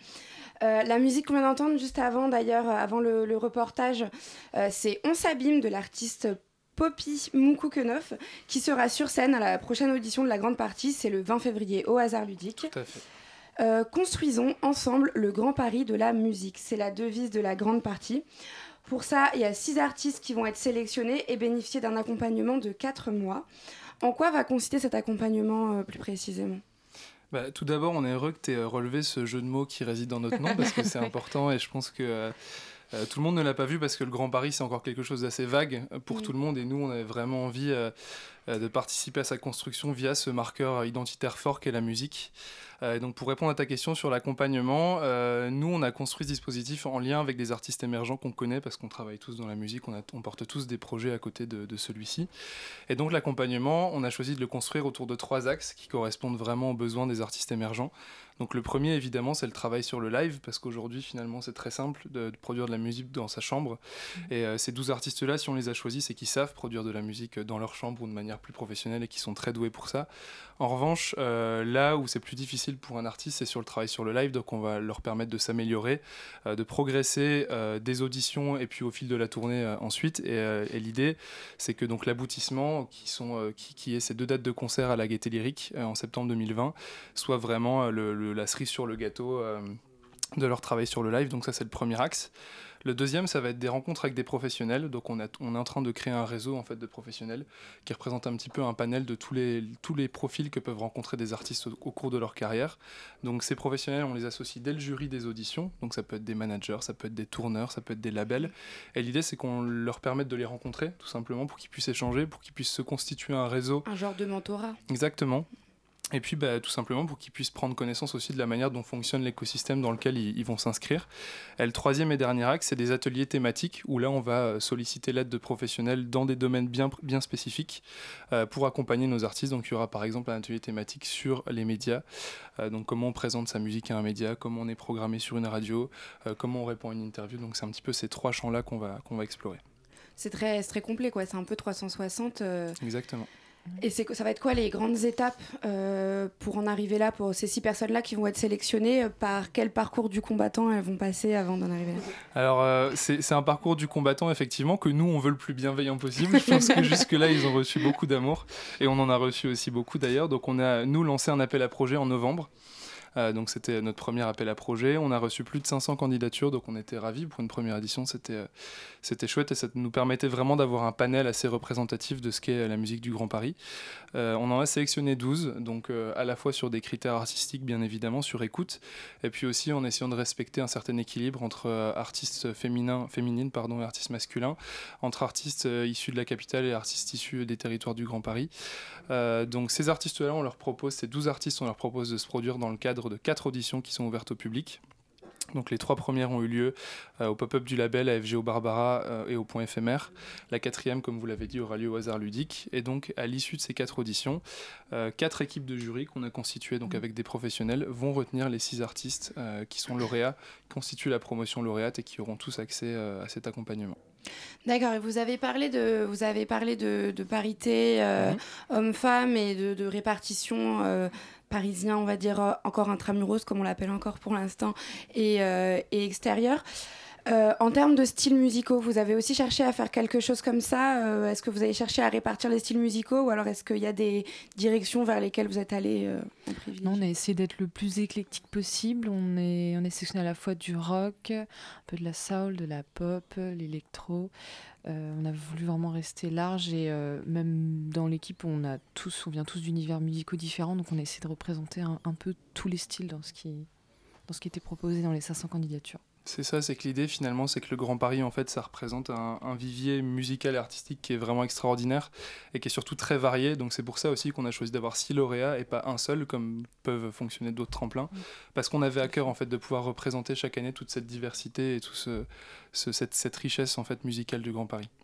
La musique qu'on vient d'entendre juste avant, d'ailleurs, avant le reportage, c'est On s'abîme de l'artiste Poppy Moukoukenov, qui sera sur scène à la prochaine audition de La Grande Partie, c'est le 20 février au Hasard Ludique. Tout à fait. Construisons ensemble le Grand Paris de la musique. C'est la devise de La Grande Partie. Pour ça, il y a 6 artistes qui vont être sélectionnés et bénéficier d'un accompagnement de 4 mois. En quoi va consister cet accompagnement plus précisément ? Tout d'abord, on est heureux que tu aies relevé ce jeu de mots qui réside dans notre nom parce que c'est important et je pense que tout le monde ne l'a pas vu parce que le Grand Paris, c'est encore quelque chose d'assez vague pour tout le monde et nous, on avait vraiment envie de participer à sa construction via ce marqueur identitaire fort qu'est la musique. Donc pour répondre à ta question sur l'accompagnement, nous on a construit ce dispositif en lien avec des artistes émergents qu'on connaît parce qu'on travaille tous dans la musique, on porte tous des projets à côté de celui-ci. Et donc l'accompagnement, on a choisi de le construire autour de 3 axes qui correspondent vraiment aux besoins des artistes émergents. Donc le premier évidemment c'est le travail sur le live parce qu'aujourd'hui finalement c'est très simple de produire de la musique dans sa chambre et ces 12 artistes-là si on les a choisis c'est qu'ils savent produire de la musique dans leur chambre ou de manière plus professionnelle et qui sont très doués pour ça. En revanche, là où c'est plus difficile pour un artiste, c'est sur le travail sur le live, donc on va leur permettre de s'améliorer, de progresser des auditions et puis au fil de la tournée ensuite. Et l'idée, c'est que donc l'aboutissement, qui est ces 2 dates de concert à la Gaîté Lyrique en septembre 2020, soit vraiment la cerise sur le gâteau de leur travail sur le live. Donc ça, c'est le premier axe. Le deuxième, ça va être des rencontres avec des professionnels. Donc on est en train de créer un réseau en fait, de professionnels qui représente un petit peu un panel de tous les profils que peuvent rencontrer des artistes au cours de leur carrière. Donc ces professionnels, on les associe dès le jury des auditions. Donc ça peut être des managers, ça peut être des tourneurs, ça peut être des labels. Et l'idée, c'est qu'on leur permette de les rencontrer, tout simplement, pour qu'ils puissent échanger, pour qu'ils puissent se constituer un réseau. Un genre de mentorat. Exactement. Et puis tout simplement pour qu'ils puissent prendre connaissance aussi de la manière dont fonctionne l'écosystème dans lequel ils vont s'inscrire. Et le troisième et dernier axe, c'est des ateliers thématiques où là on va solliciter l'aide de professionnels dans des domaines bien spécifiques pour accompagner nos artistes. Donc il y aura par exemple un atelier thématique sur les médias, donc comment on présente sa musique à un média, comment on est programmé sur une radio, comment on répond à une interview. Donc c'est un petit peu ces 3 champs-là qu'on va explorer. C'est très complet, quoi. C'est un peu 360. Exactement. Et ça va être quoi les grandes étapes pour en arriver là, pour ces 6 personnes-là qui vont être sélectionnées, par quel parcours du combattant elles vont passer avant d'en arriver là ? Alors, c'est un parcours du combattant, effectivement, que nous, on veut le plus bienveillant possible. Je pense que jusque-là, ils ont reçu beaucoup d'amour et on en a reçu aussi beaucoup d'ailleurs. Donc, on a, nous, lancé un appel à projet en novembre. Donc c'était notre premier appel à projet. On a reçu plus de 500 candidatures, donc on était ravis pour une première édition. C'était chouette et ça nous permettait vraiment d'avoir un panel assez représentatif de ce qu'est la musique du Grand Paris. On en a sélectionné 12, donc à la fois sur des critères artistiques, bien évidemment, sur écoute, et puis aussi en essayant de respecter un certain équilibre entre artistes féminines et artistes masculins, entre artistes issus de la capitale et artistes issus des territoires du Grand Paris. Donc ces artistes-là, ces 12 artistes, on leur propose de se produire dans le cadre de 4 auditions qui sont ouvertes au public. Donc les 3 premières ont eu lieu au pop-up du label, à FGO Barbara et au Point Éphémère. La 4e, comme vous l'avez dit, aura lieu au Hasard Ludique. Et donc à l'issue de ces 4 auditions, 4 équipes de jury qu'on a constituées donc avec des professionnels vont retenir les 6 artistes qui sont lauréats, qui constituent la promotion lauréate et qui auront tous accès à cet accompagnement. D'accord, et vous avez parlé de parité hommes-femmes et de répartition parisien, on va dire encore intramuros, comme on l'appelle encore pour l'instant, et extérieur. En termes de styles musicaux, vous avez aussi cherché à faire quelque chose comme ça Est-ce que vous avez cherché à répartir les styles musicaux ou alors est-ce qu'il y a des directions vers lesquelles vous êtes allés en privilégié ? Non, on a essayé d'être le plus éclectique possible. On est sélectionné à la fois du rock, un peu de la soul, de la pop, l'électro. On a voulu vraiment rester large et même dans l'équipe, on vient tous d'univers musicaux différents, donc on a essayé de représenter un peu tous les styles dans ce qui était proposé dans les 500 candidatures. C'est ça, c'est que l'idée finalement, c'est que le Grand Paris, en fait, ça représente un vivier musical et artistique qui est vraiment extraordinaire et qui est surtout très varié. Donc c'est pour ça aussi qu'on a choisi d'avoir 6 lauréats et pas un seul, comme peuvent fonctionner d'autres tremplins, parce qu'on avait à cœur en fait de pouvoir représenter chaque année toute cette diversité et toute cette richesse en fait musicale du Grand Paris.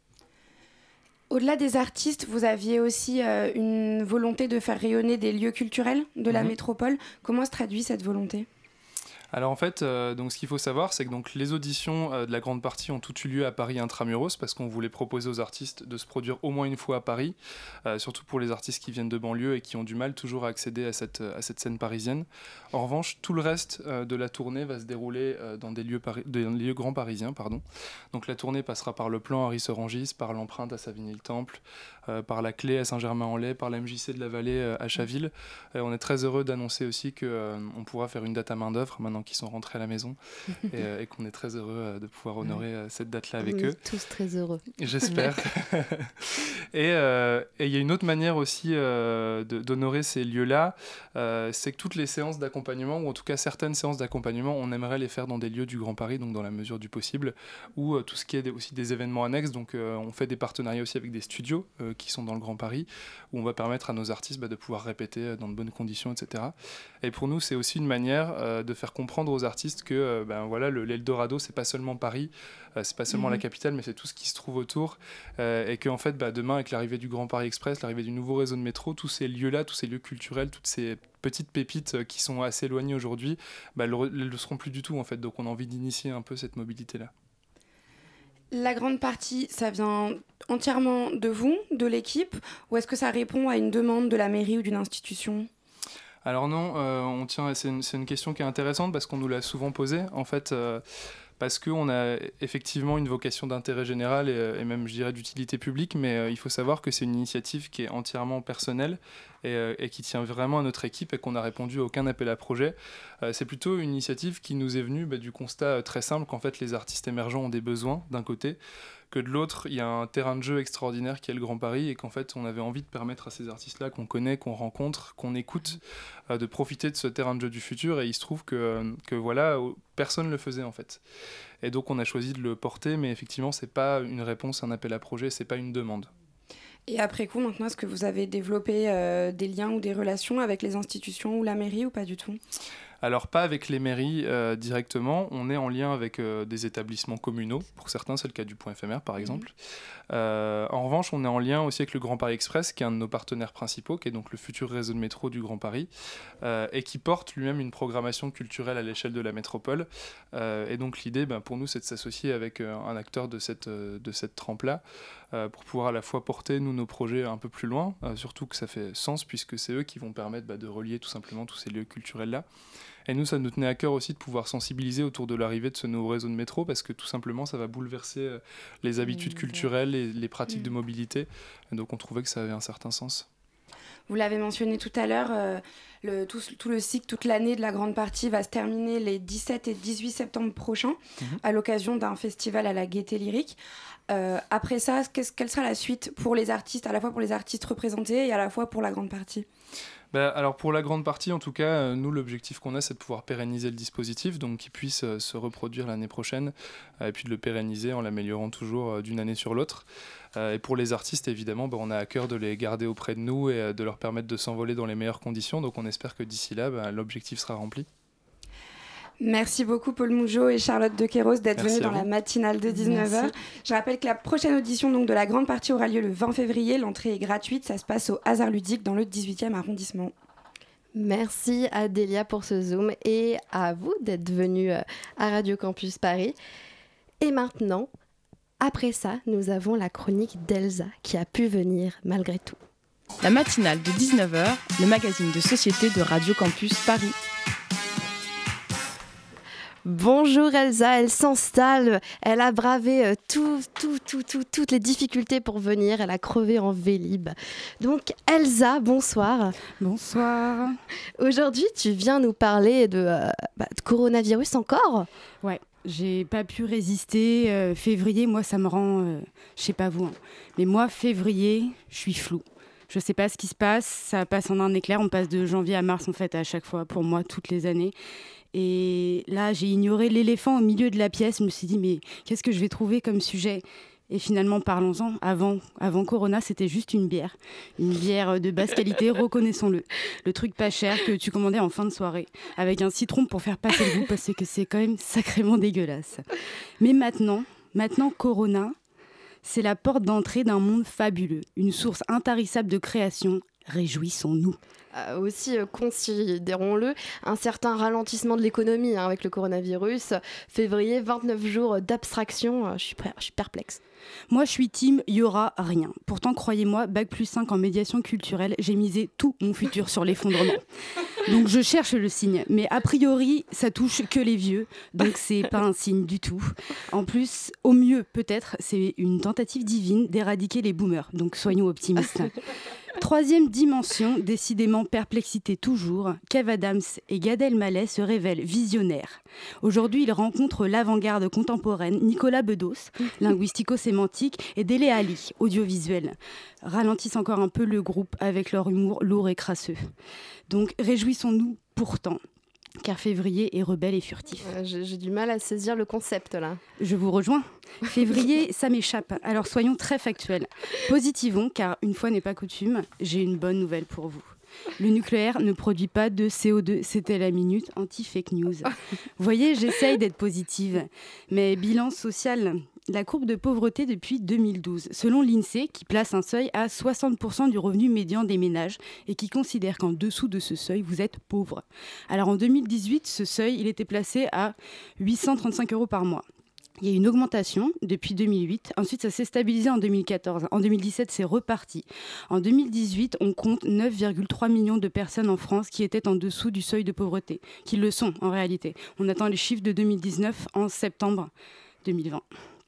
Au-delà des artistes, vous aviez aussi une volonté de faire rayonner des lieux culturels de la métropole. Comment se traduit cette volonté ? Alors en fait, donc ce qu'il faut savoir, c'est que donc, les auditions de la grande partie ont toutes eu lieu à Paris intramuros parce qu'on voulait proposer aux artistes de se produire au moins une fois à Paris, surtout pour les artistes qui viennent de banlieue et qui ont du mal toujours à accéder à cette scène parisienne. En revanche, tout le reste de la tournée va se dérouler dans des lieux grands parisiens. Donc la tournée passera par le Plan à Ris-Orangis, par l'Empreinte à Savigny-le-Temple, par la Clé à Saint-Germain-en-Laye, par la MJC de la Vallée à Chaville. On est très heureux d'annoncer aussi qu'on pourra faire une date à main d'œuvre maintenant qu'ils sont rentrés à la maison et qu'on est très heureux de pouvoir honorer cette date-là avec eux. Tous très heureux. J'espère. Et il y a une autre manière aussi d'honorer ces lieux-là, c'est que toutes les séances d'accompagnement, ou en tout cas certaines séances d'accompagnement, on aimerait les faire dans des lieux du Grand Paris, donc dans la mesure du possible, ou tout ce qui est aussi des événements annexes. Donc on fait des partenariats aussi avec des studios qui sont dans le Grand Paris, où on va permettre à nos artistes de pouvoir répéter dans de bonnes conditions, etc. Et pour nous, c'est aussi une manière de faire comprendre aux artistes que l'Eldorado, c'est pas seulement Paris, c'est pas seulement la capitale, mais c'est tout ce qui se trouve autour, et qu'en fait, demain, avec l'arrivée du Grand Paris Express, l'arrivée du nouveau réseau de métro, tous ces lieux-là, tous ces lieux culturels, toutes ces petites pépites qui sont assez éloignées aujourd'hui, elles le seront plus du tout, en fait. Donc on a envie d'initier un peu cette mobilité-là. La grande partie, ça vient entièrement de vous, de l'équipe, ou est-ce que ça répond à une demande de la mairie ou d'une institution ? Alors non, c'est une question qui est intéressante parce qu'on nous l'a souvent posée, en fait, parce qu'on a effectivement une vocation d'intérêt général et même, je dirais, d'utilité publique, mais il faut savoir que c'est une initiative qui est entièrement personnelle et qui tient vraiment à notre équipe et qu'on n'a répondu à aucun appel à projet. C'est plutôt une initiative qui nous est venue du constat très simple qu'en fait les artistes émergents ont des besoins d'un côté, que de l'autre, il y a un terrain de jeu extraordinaire qui est le Grand Paris et qu'en fait, on avait envie de permettre à ces artistes-là qu'on connaît, qu'on rencontre, qu'on écoute, de profiter de ce terrain de jeu du futur. Et il se trouve que voilà, personne ne le faisait en fait. Et donc, on a choisi de le porter, mais effectivement, c'est pas une réponse à un appel à projet, c'est pas une demande. Et après coup, maintenant, est-ce que vous avez développé des liens ou des relations avec les institutions ou la mairie ou pas du tout ? Alors pas avec les mairies directement, on est en lien avec des établissements communaux, pour certains c'est le cas du Point Éphémère par exemple. En revanche on est en lien aussi avec le Grand Paris Express qui est un de nos partenaires principaux, qui est donc le futur réseau de métro du Grand Paris, et qui porte lui-même une programmation culturelle à l'échelle de la métropole. Et donc l'idée pour nous c'est de s'associer avec un acteur de cette trempe-là, pour pouvoir à la fois porter nos projets un peu plus loin, surtout que ça fait sens puisque c'est eux qui vont permettre de relier tout simplement tous ces lieux culturels-là. Et nous, ça nous tenait à cœur aussi de pouvoir sensibiliser autour de l'arrivée de ce nouveau réseau de métro parce que tout simplement, ça va bouleverser les habitudes culturelles et les pratiques de mobilité. Et donc, on trouvait que ça avait un certain sens. Vous l'avez mentionné tout à l'heure, tout le cycle, toute l'année de la grande partie va se terminer les 17 et 18 septembre prochains, à l'occasion d'un festival à la Gaîté Lyrique. Après ça, quelle sera la suite pour les artistes, à la fois pour les artistes représentés et à la fois pour la grande partie ? Alors pour la grande partie, en tout cas, nous, l'objectif qu'on a, c'est de pouvoir pérenniser le dispositif, donc qu'il puisse se reproduire l'année prochaine, et puis de le pérenniser en l'améliorant toujours d'une année sur l'autre. Et pour les artistes, évidemment, on a à cœur de les garder auprès de nous et de leur permettre de s'envoler dans les meilleures conditions, donc on espère que d'ici là, l'objectif sera rempli. Merci beaucoup Paul Mougeot et Charlotte Dequeiroz d'être venus dans la matinale de 19h. Je rappelle que la prochaine audition donc, de la grande partie aura lieu le 20 février. L'entrée est gratuite, ça se passe au Hasard Ludique dans le 18e arrondissement. Merci Adélia pour ce Zoom et à vous d'être venus à Radio Campus Paris. Et maintenant, après ça, nous avons la chronique d'Elsa qui a pu venir malgré tout. La matinale de 19h, le magazine de société de Radio Campus Paris. Bonjour Elsa, elle s'installe, elle a bravé toutes les difficultés pour venir, elle a crevé en Vélib. Donc Elsa, bonsoir. Bonsoir. Aujourd'hui, tu viens nous parler de coronavirus encore ? Ouais, j'ai pas pu résister. Février, moi ça me rend, je sais pas vous, mais moi février, je suis floue. Je sais pas ce qui se passe, ça passe en un éclair, on passe de janvier à mars en fait à chaque fois, pour moi toutes les années. Et là, j'ai ignoré l'éléphant au milieu de la pièce. Je me suis dit, mais qu'est-ce que je vais trouver comme sujet ? Et finalement, parlons-en. Avant Corona, c'était juste une bière. Une bière de basse qualité, reconnaissons-le. Le truc pas cher que tu commandais en fin de soirée. Avec un citron pour faire passer le goût, parce que c'est quand même sacrément dégueulasse. Mais maintenant, Corona, c'est la porte d'entrée d'un monde fabuleux. Une source intarissable de création. Réjouissons-nous. Aussi, considérons-le, un certain ralentissement de l'économie avec le coronavirus. Février, 29 jours d'abstraction, je suis perplexe. Moi, je suis team, il y aura rien. Pourtant, croyez-moi, Bac+5 en médiation culturelle, j'ai misé tout mon futur sur l'effondrement. Donc, je cherche le signe. Mais a priori, ça touche que les vieux. Donc, c'est pas un signe du tout. En plus, au mieux, peut-être, c'est une tentative divine d'éradiquer les boomers. Donc, soyons optimistes. Troisième dimension, décidément perplexité toujours, Kev Adams et Gad Elmaleh se révèlent visionnaires. Aujourd'hui, ils rencontrent l'avant-garde contemporaine Nicolas Bedos, linguistico-sémantique, et Dele Alli, audiovisuel. Ralentissent encore un peu le groupe avec leur humour lourd et crasseux. Donc, réjouissons-nous pourtant. Car février est rebelle et furtif. J'ai du mal à saisir le concept là. Je vous rejoins. Février, ça m'échappe. Alors soyons très factuels. Positivons, car une fois n'est pas coutume, j'ai une bonne nouvelle pour vous. Le nucléaire ne produit pas de CO2, c'était la minute anti-fake news. Vous voyez, j'essaye d'être positive. Mais bilan social, la courbe de pauvreté depuis 2012. Selon l'INSEE, qui place un seuil à 60% du revenu médian des ménages et qui considère qu'en dessous de ce seuil, vous êtes pauvre. Alors en 2018, ce seuil, il était placé à 835 € par mois. Il y a eu une augmentation depuis 2008. Ensuite, ça s'est stabilisé en 2014. En 2017, c'est reparti. En 2018, on compte 9,3 millions de personnes en France qui étaient en dessous du seuil de pauvreté, qui le sont en réalité. On attend les chiffres de 2019 en septembre 2020.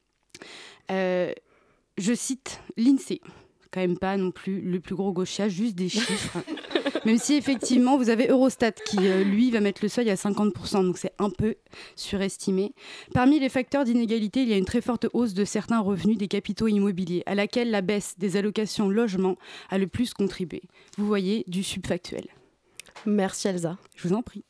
Je cite l'INSEE. Quand même pas non plus le plus gros gauchia, juste des chiffres. Même si effectivement vous avez Eurostat qui lui va mettre le seuil à 50%, donc c'est un peu surestimé. Parmi les facteurs d'inégalité, il y a une très forte hausse de certains revenus des capitaux immobiliers, à laquelle la baisse des allocations logement a le plus contribué. Vous voyez, du subfactuel. Merci Elsa. Je vous en prie.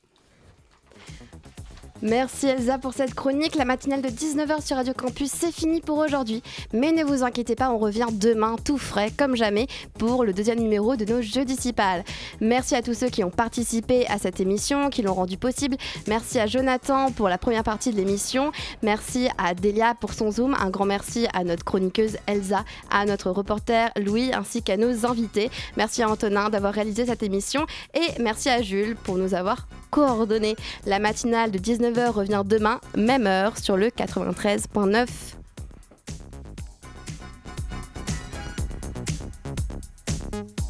Merci Elsa pour cette chronique. La matinale de 19h sur Radio Campus, c'est fini pour aujourd'hui. Mais ne vous inquiétez pas, on revient demain tout frais, comme jamais, pour le deuxième numéro de nos Jeux Discipales. Merci à tous ceux qui ont participé à cette émission, qui l'ont rendu possible. Merci à Jonathan pour la première partie de l'émission. Merci à Delia pour son Zoom. Un grand merci à notre chroniqueuse Elsa, à notre reporter Louis, ainsi qu'à nos invités. Merci à Antonin d'avoir réalisé cette émission. Et merci à Jules pour nous avoir coordonné. La matinale de 19h revient demain, même heure, sur le 93.9.